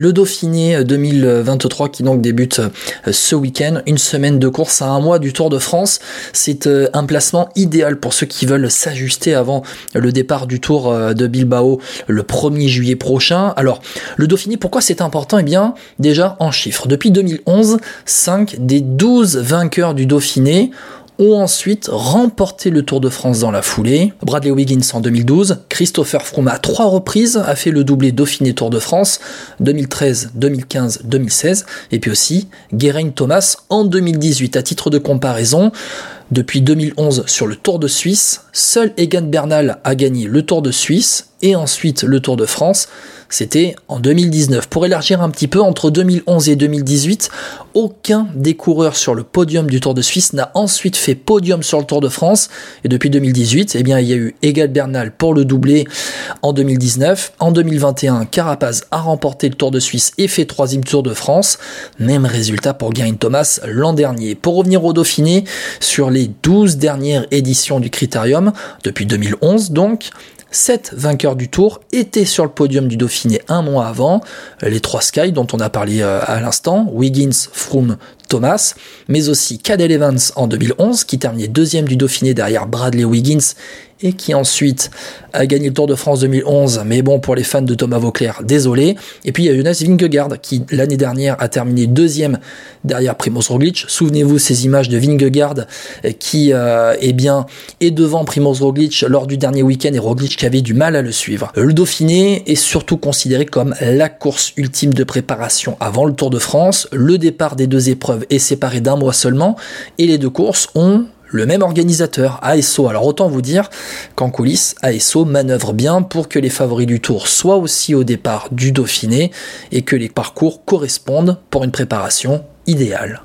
Le Dauphiné 2023 qui donc débute ce week-end, une semaine de course à un mois du Tour de France. C'est un placement idéal pour ceux qui veulent s'ajuster avant le départ du Tour de Bilbao le 1er juillet prochain. Alors, le Dauphiné, pourquoi c'est important ? Eh bien, déjà en chiffres. Depuis 2011, 5 des 12 vainqueurs du Dauphiné ont ensuite remporté le Tour de France dans la foulée. Bradley Wiggins en 2012, Christopher Froome à 3 reprises a fait le doublé Dauphiné Tour de France, 2013, 2015, 2016, et puis aussi Geraint Thomas en 2018. À titre de comparaison, depuis 2011 sur le Tour de Suisse, seul Egan Bernal a gagné le Tour de Suisse et ensuite le Tour de France. C'était en 2019. Pour élargir un petit peu, entre 2011 et 2018, aucun des coureurs sur le podium du Tour de Suisse n'a ensuite fait podium sur le Tour de France. Et depuis 2018, eh bien, il y a eu Egan Bernal pour le doublé en 2019. En 2021, Carapaz a remporté le Tour de Suisse et fait 3e Tour de France. Même résultat pour Geraint Thomas l'an dernier. Pour revenir au Dauphiné, sur les 12 dernières éditions du Critérium, depuis 2011 donc, 7 vainqueurs du Tour étaient sur le podium du Dauphiné un mois avant, les 3 Sky dont on a parlé à l'instant, Wiggins, Froome, Thomas, mais aussi Cadel Evans en 2011 qui terminait 2e du Dauphiné derrière Bradley Wiggins et qui ensuite a gagné le Tour de France 2011, mais bon, pour les fans de Thomas Voeckler, désolé. Et puis il y a Jonas Vingegaard qui l'année dernière a terminé 2e derrière Primož Roglič. Souvenez-vous ces images de Vingegaard qui est devant Primož Roglič lors du dernier week-end et Roglič qui avait du mal à le suivre. Le Dauphiné est surtout considéré comme la course ultime de préparation avant le Tour de France. Le départ des 2 épreuves est séparé d'1 mois seulement et les 2 courses ont le même organisateur, ASO. Alors autant vous dire qu'en coulisses, ASO manœuvre bien pour que les favoris du Tour soient aussi au départ du Dauphiné et que les parcours correspondent pour une préparation idéale.